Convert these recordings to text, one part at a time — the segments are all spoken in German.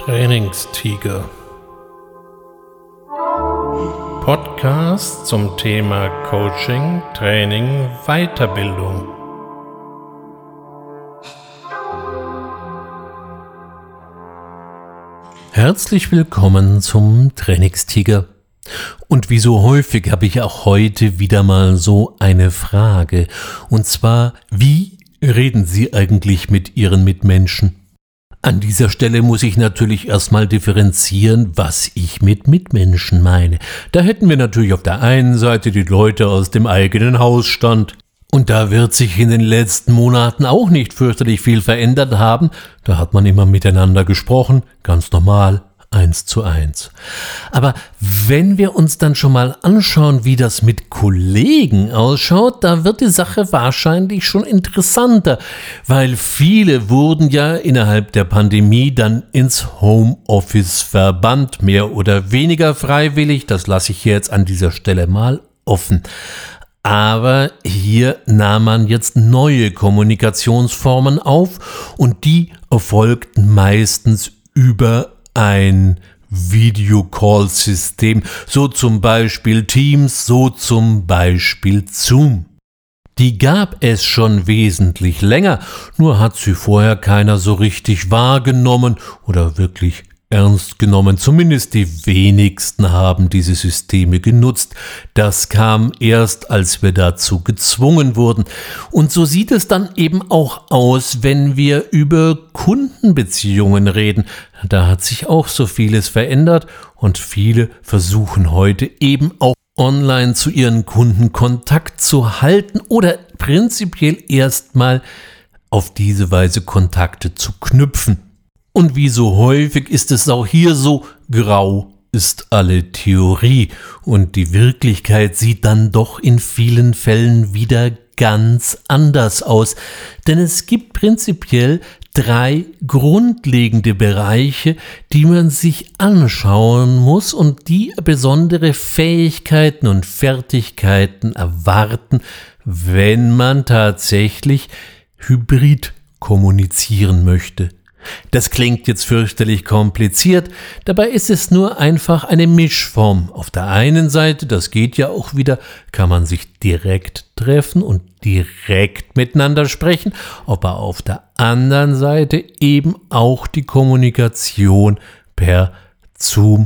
Trainingstiger. Podcast zum Thema Coaching, Training, Weiterbildung. Herzlich willkommen zum Trainingstiger. Und wie so häufig habe ich auch heute wieder mal so eine Frage. Und zwar, wie reden Sie eigentlich mit Ihren Mitmenschen? An dieser Stelle muss ich natürlich erstmal differenzieren, was ich mit Mitmenschen meine. Da hätten wir natürlich auf der einen Seite die Leute aus dem eigenen Hausstand. Und da wird sich in den letzten Monaten auch nicht fürchterlich viel verändert haben. Da hat man immer miteinander gesprochen, ganz normal, 1:1. Aber wenn wir uns dann schon mal anschauen, wie das mit Kollegen ausschaut, da wird die Sache wahrscheinlich schon interessanter, weil viele wurden ja innerhalb der Pandemie dann ins Homeoffice verbannt, mehr oder weniger freiwillig, das lasse ich hier jetzt an dieser Stelle mal offen. Aber hier nahm man jetzt neue Kommunikationsformen auf und die erfolgten meistens über ein Videocall-System, so zum Beispiel Teams, so zum Beispiel Zoom. Die gab es schon wesentlich länger, nur hat sie vorher keiner so richtig wahrgenommen oder wirklich ernst genommen. Zumindest die wenigsten haben diese Systeme genutzt. Das kam erst, als wir dazu gezwungen wurden. Und so sieht es dann eben auch aus, wenn wir über Kundenbeziehungen reden. Da hat sich auch so vieles verändert und viele versuchen heute eben auch online zu ihren Kunden Kontakt zu halten oder prinzipiell erstmal auf diese Weise Kontakte zu knüpfen. Und wie so häufig ist es auch hier so, grau ist alle Theorie und die Wirklichkeit sieht dann doch in vielen Fällen wieder ganz anders aus. Denn es gibt prinzipiell 3 grundlegende Bereiche, die man sich anschauen muss und die besondere Fähigkeiten und Fertigkeiten erwarten, wenn man tatsächlich hybrid kommunizieren möchte. Das klingt jetzt fürchterlich kompliziert, dabei ist es nur einfach eine Mischform. Auf der einen Seite, das geht ja auch wieder, kann man sich direkt treffen und direkt miteinander sprechen, aber auf der anderen Seite eben auch die Kommunikation per Zoom,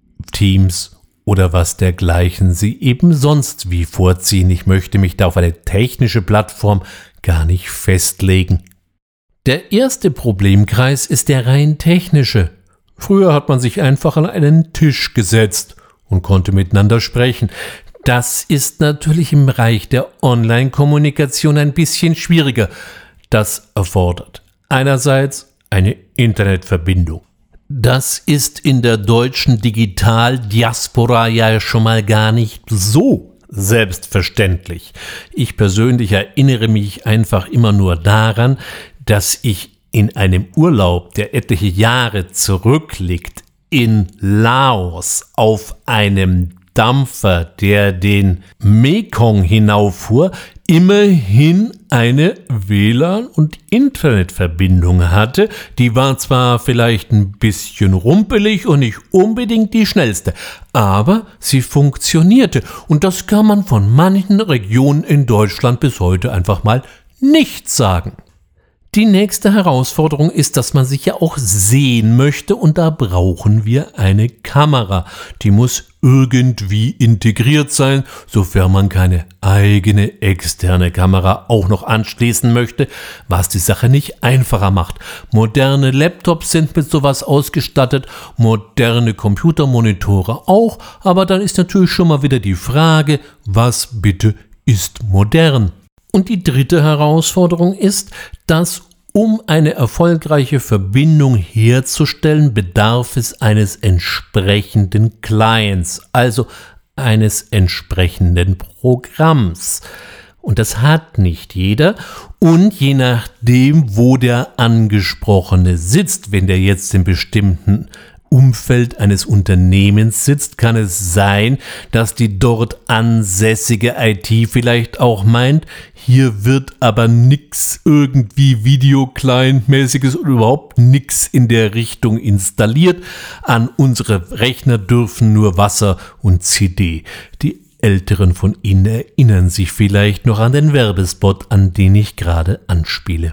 Teams oder was dergleichen Sie eben sonst wie vorziehen. Ich möchte mich da auf eine technische Plattform gar nicht festlegen. Der erste Problemkreis ist der rein technische. Früher hat man sich einfach an einen Tisch gesetzt und konnte miteinander sprechen. Das ist natürlich im Bereich der Online-Kommunikation ein bisschen schwieriger. Das erfordert einerseits eine Internetverbindung. Das ist in der deutschen Digital-Diaspora ja schon mal gar nicht so selbstverständlich. Ich persönlich erinnere mich einfach immer nur daran, dass ich in einem Urlaub, der etliche Jahre zurückliegt, in Laos auf einem Dampfer, der den Mekong hinauffuhr, immerhin eine WLAN- und Internetverbindung hatte. Die war zwar vielleicht ein bisschen rumpelig und nicht unbedingt die schnellste, aber sie funktionierte. Und das kann man von manchen Regionen in Deutschland bis heute einfach mal nicht sagen. Die nächste Herausforderung ist, dass man sich ja auch sehen möchte und da brauchen wir eine Kamera. Die muss irgendwie integriert sein, sofern man keine eigene externe Kamera auch noch anschließen möchte, was die Sache nicht einfacher macht. Moderne Laptops sind mit sowas ausgestattet, moderne Computermonitore auch, aber dann ist natürlich schon mal wieder die Frage, was bitte ist modern? Und die dritte Herausforderung ist, dass um eine erfolgreiche Verbindung herzustellen, bedarf es eines entsprechenden Clients, also eines entsprechenden Programms. Und das hat nicht jeder. Und je nachdem, wo der Angesprochene sitzt, wenn der jetzt in bestimmten Umfeld eines Unternehmens sitzt, kann es sein, dass die dort ansässige IT vielleicht auch meint, hier wird aber nix irgendwie Video-Client-mäßiges oder überhaupt nix in der Richtung installiert. An unsere Rechner dürfen nur Wasser und CD. Die Älteren von Ihnen erinnern sich vielleicht noch an den Werbespot, an den ich gerade anspiele.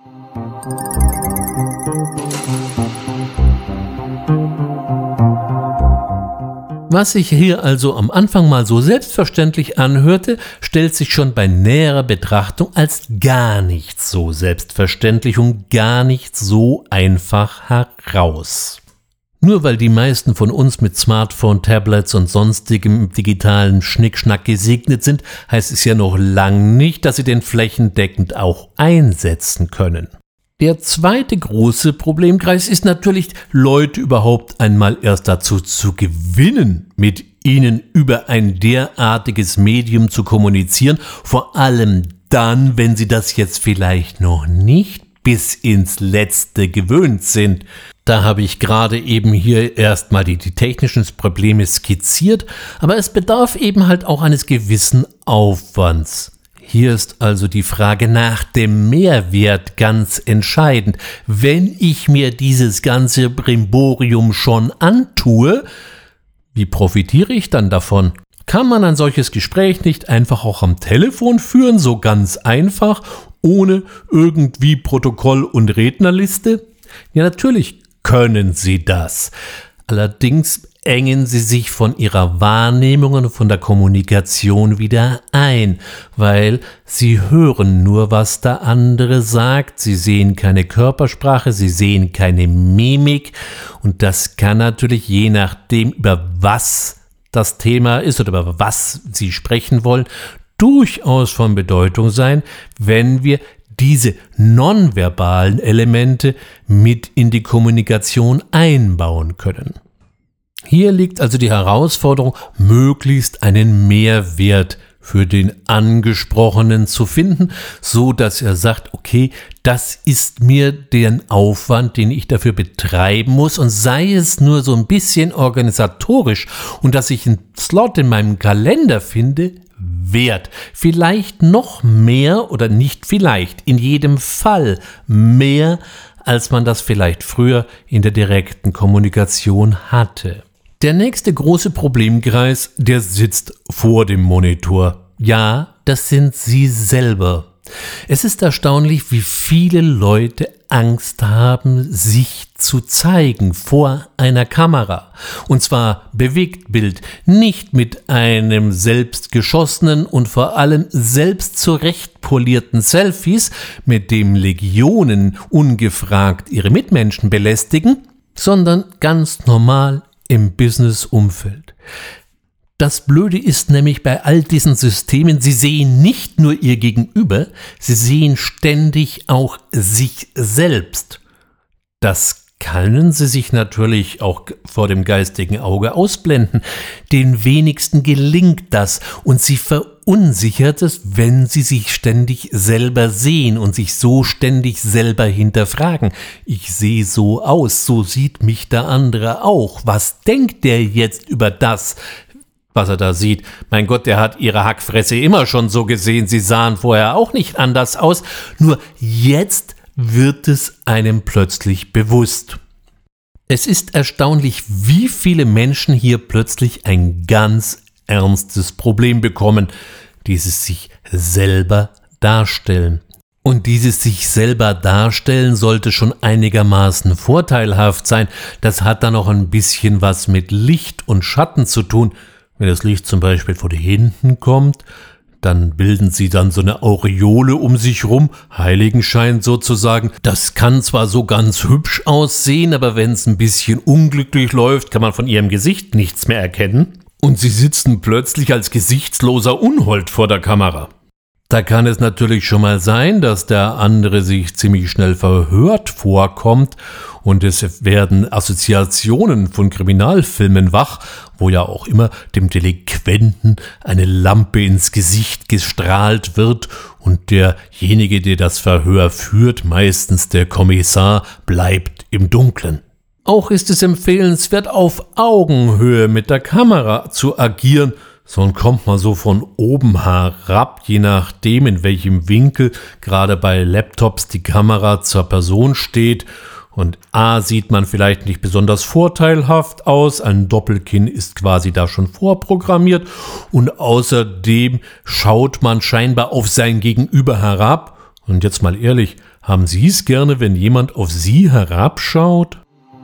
Was sich hier also am Anfang mal so selbstverständlich anhörte, stellt sich schon bei näherer Betrachtung als gar nicht so selbstverständlich und gar nicht so einfach heraus. Nur weil die meisten von uns mit Smartphone, Tablets und sonstigem digitalen Schnickschnack gesegnet sind, heißt es ja noch lang nicht, dass sie den flächendeckend auch einsetzen können. Der zweite große Problemkreis ist natürlich, Leute überhaupt einmal erst dazu zu gewinnen, mit ihnen über ein derartiges Medium zu kommunizieren, vor allem dann, wenn sie das jetzt vielleicht noch nicht bis ins Letzte gewöhnt sind. Da habe ich gerade eben hier erstmal die technischen Probleme skizziert, aber es bedarf eben halt auch eines gewissen Aufwands. Hier ist also die Frage nach dem Mehrwert ganz entscheidend. Wenn ich mir dieses ganze Brimborium schon antue, wie profitiere ich dann davon? Kann man ein solches Gespräch nicht einfach auch am Telefon führen, so ganz einfach, ohne irgendwie Protokoll und Rednerliste? Ja, natürlich können Sie das. Allerdings engen Sie sich von Ihrer Wahrnehmung und von der Kommunikation wieder ein, weil Sie hören nur, was der andere sagt, Sie sehen keine Körpersprache, Sie sehen keine Mimik und das kann natürlich je nachdem, über was das Thema ist oder über was Sie sprechen wollen, durchaus von Bedeutung sein, wenn wir diese nonverbalen Elemente mit in die Kommunikation einbauen können. Hier liegt also die Herausforderung, möglichst einen Mehrwert für den Angesprochenen zu finden, so dass er sagt, okay, das ist mir der Aufwand, den ich dafür betreiben muss und sei es nur so ein bisschen organisatorisch und dass ich einen Slot in meinem Kalender finde, wert. Vielleicht noch mehr oder nicht vielleicht, in jedem Fall mehr, als man das vielleicht früher in der direkten Kommunikation hatte. Der nächste große Problemkreis, der sitzt vor dem Monitor. Ja, das sind Sie selber. Es ist erstaunlich, wie viele Leute Angst haben, sich zu zeigen vor einer Kamera. Und zwar Bewegtbild, nicht mit einem selbst geschossenen und vor allem selbst zurechtpolierten Selfies, mit dem Legionen ungefragt ihre Mitmenschen belästigen, sondern ganz normal im Business-Umfeld. Das Blöde ist nämlich bei all diesen Systemen, sie sehen nicht nur ihr Gegenüber, sie sehen ständig auch sich selbst. Das können sie sich natürlich auch vor dem geistigen Auge ausblenden. Den wenigsten gelingt das und sie verunsichert es, wenn sie sich ständig selber sehen und sich so ständig selber hinterfragen. Ich sehe so aus, so sieht mich der andere auch. Was denkt der jetzt über das, was er da sieht? Mein Gott, der hat ihre Hackfresse immer schon so gesehen. Sie sahen vorher auch nicht anders aus. Nur jetzt wird es einem plötzlich bewusst. Es ist erstaunlich, wie viele Menschen hier plötzlich ein ganz ernstes Problem bekommen, dieses sich selber darstellen. Und dieses sich selber darstellen sollte schon einigermaßen vorteilhaft sein. Das hat dann auch ein bisschen was mit Licht und Schatten zu tun. Wenn das Licht zum Beispiel von hinten kommt, dann bilden sie dann so eine Aureole um sich rum, Heiligenschein sozusagen. Das kann zwar so ganz hübsch aussehen, aber wenn es ein bisschen unglücklich läuft, kann man von ihrem Gesicht nichts mehr erkennen. Und sie sitzen plötzlich als gesichtsloser Unhold vor der Kamera. Da kann es natürlich schon mal sein, dass der andere sich ziemlich schnell verhört vorkommt und es werden Assoziationen von Kriminalfilmen wach, wo ja auch immer dem Delinquenten eine Lampe ins Gesicht gestrahlt wird und derjenige, der das Verhör führt, meistens der Kommissar, bleibt im Dunkeln. Auch ist es empfehlenswert, auf Augenhöhe mit der Kamera zu agieren, sonst kommt man so von oben herab, je nachdem, in welchem Winkel gerade bei Laptops die Kamera zur Person steht. Und A, sieht man vielleicht nicht besonders vorteilhaft aus, ein Doppelkinn ist quasi da schon vorprogrammiert und außerdem schaut man scheinbar auf sein Gegenüber herab. Und jetzt mal ehrlich, haben Sie es gerne, wenn jemand auf Sie herabschaut?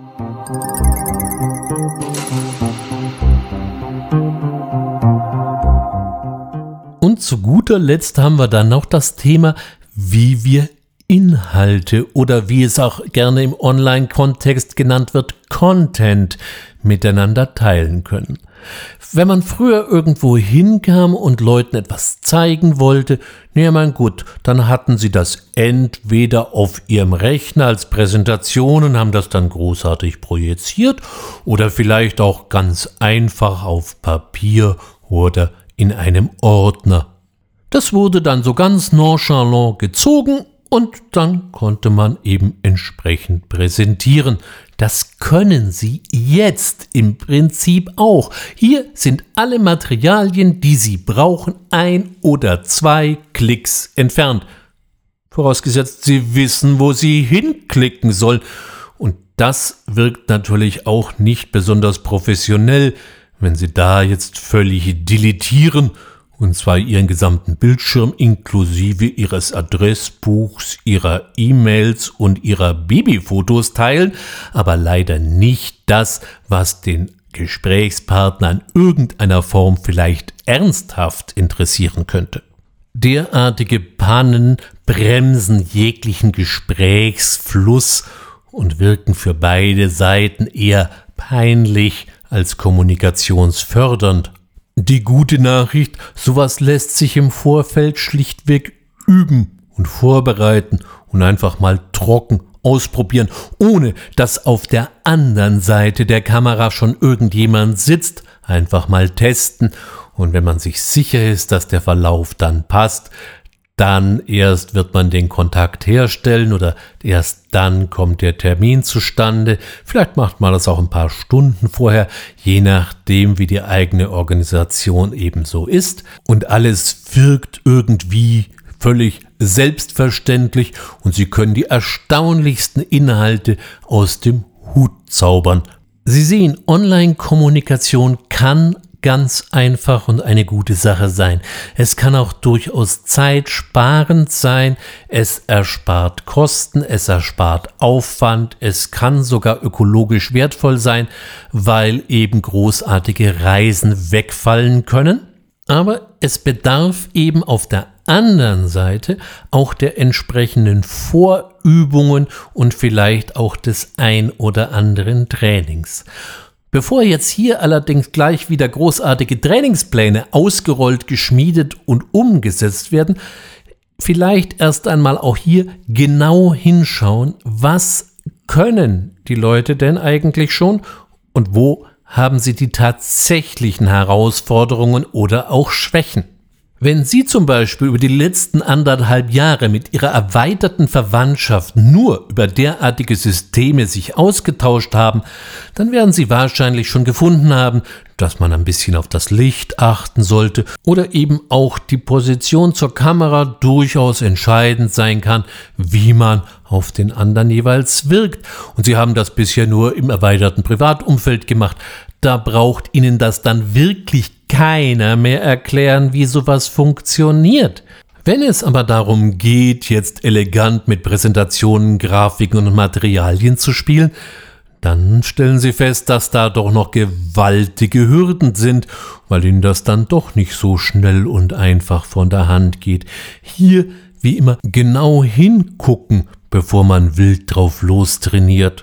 Und zu guter Letzt haben wir dann noch das Thema, wie wir Inhalte oder wie es auch gerne im Online-Kontext genannt wird, Content miteinander teilen können. Wenn man früher irgendwo hinkam und Leuten etwas zeigen wollte, gut, dann hatten sie das entweder auf ihrem Rechner als Präsentation und haben das dann großartig projiziert oder vielleicht auch ganz einfach auf Papier oder in einem Ordner. Das wurde dann so ganz nonchalant gezogen und dann konnte man eben entsprechend präsentieren. Das können Sie jetzt im Prinzip auch. Hier sind alle Materialien, die Sie brauchen, 1 oder 2 Klicks entfernt. Vorausgesetzt, Sie wissen, wo Sie hinklicken sollen. Und das wirkt natürlich auch nicht besonders professionell, wenn Sie da jetzt völlig deletieren, und zwar Ihren gesamten Bildschirm inklusive Ihres Adressbuchs, Ihrer E-Mails und Ihrer Babyfotos teilen, aber leider nicht das, was den Gesprächspartner in irgendeiner Form vielleicht ernsthaft interessieren könnte. Derartige Pannen bremsen jeglichen Gesprächsfluss und wirken für beide Seiten eher peinlich als kommunikationsfördernd. Die gute Nachricht, sowas lässt sich im Vorfeld schlichtweg üben und vorbereiten und einfach mal trocken ausprobieren, ohne dass auf der anderen Seite der Kamera schon irgendjemand sitzt. Einfach mal testen und wenn man sich sicher ist, dass der Verlauf dann passt, dann erst wird man den Kontakt herstellen oder erst dann kommt der Termin zustande. Vielleicht macht man das auch ein paar Stunden vorher, je nachdem, wie die eigene Organisation ebenso ist. Und alles wirkt irgendwie völlig selbstverständlich und Sie können die erstaunlichsten Inhalte aus dem Hut zaubern. Sie sehen, Online-Kommunikation kann ganz einfach und eine gute Sache sein. Es kann auch durchaus zeitsparend sein, es erspart Kosten, es erspart Aufwand, es kann sogar ökologisch wertvoll sein, weil eben großartige Reisen wegfallen können. Aber es bedarf eben auf der anderen Seite auch der entsprechenden Vorübungen und vielleicht auch des ein oder anderen Trainings. Bevor jetzt hier allerdings gleich wieder großartige Trainingspläne ausgerollt, geschmiedet und umgesetzt werden, vielleicht erst einmal auch hier genau hinschauen, was können die Leute denn eigentlich schon und wo haben sie die tatsächlichen Herausforderungen oder auch Schwächen. Wenn Sie zum Beispiel über die letzten 1,5 Jahre mit Ihrer erweiterten Verwandtschaft nur über derartige Systeme sich ausgetauscht haben, dann werden Sie wahrscheinlich schon gefunden haben, dass man ein bisschen auf das Licht achten sollte oder eben auch die Position zur Kamera durchaus entscheidend sein kann, wie man auf den anderen jeweils wirkt. Und Sie haben das bisher nur im erweiterten Privatumfeld gemacht. Da braucht Ihnen das dann wirklich keiner mehr erklären, wie sowas funktioniert. Wenn es aber darum geht, jetzt elegant mit Präsentationen, Grafiken und Materialien zu spielen, dann stellen Sie fest, dass da doch noch gewaltige Hürden sind, weil Ihnen das dann doch nicht so schnell und einfach von der Hand geht. Hier, wie immer, genau hingucken, bevor man wild drauf lostrainiert.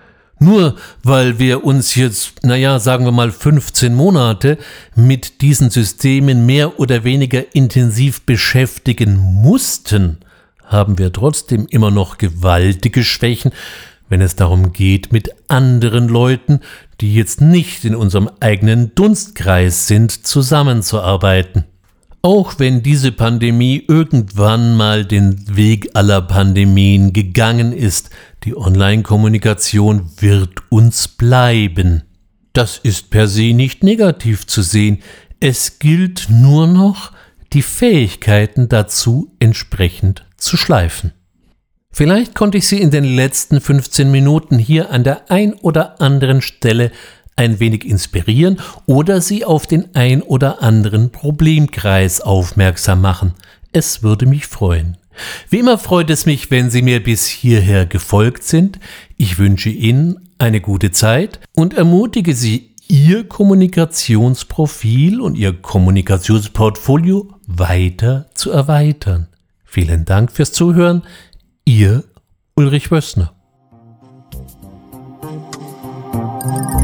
Nur weil wir uns jetzt, sagen wir mal 15 Monate mit diesen Systemen mehr oder weniger intensiv beschäftigen mussten, haben wir trotzdem immer noch gewaltige Schwächen, wenn es darum geht, mit anderen Leuten, die jetzt nicht in unserem eigenen Dunstkreis sind, zusammenzuarbeiten. Auch wenn diese Pandemie irgendwann mal den Weg aller Pandemien gegangen ist, die Online-Kommunikation wird uns bleiben. Das ist per se nicht negativ zu sehen. Es gilt nur noch, die Fähigkeiten dazu entsprechend zu schleifen. Vielleicht konnte ich Sie in den letzten 15 Minuten hier an der ein oder anderen Stelle ein wenig inspirieren oder Sie auf den ein oder anderen Problemkreis aufmerksam machen. Es würde mich freuen. Wie immer freut es mich, wenn Sie mir bis hierher gefolgt sind. Ich wünsche Ihnen eine gute Zeit und ermutige Sie, Ihr Kommunikationsprofil und Ihr Kommunikationsportfolio weiter zu erweitern. Vielen Dank fürs Zuhören. Ihr Ulrich Wössner.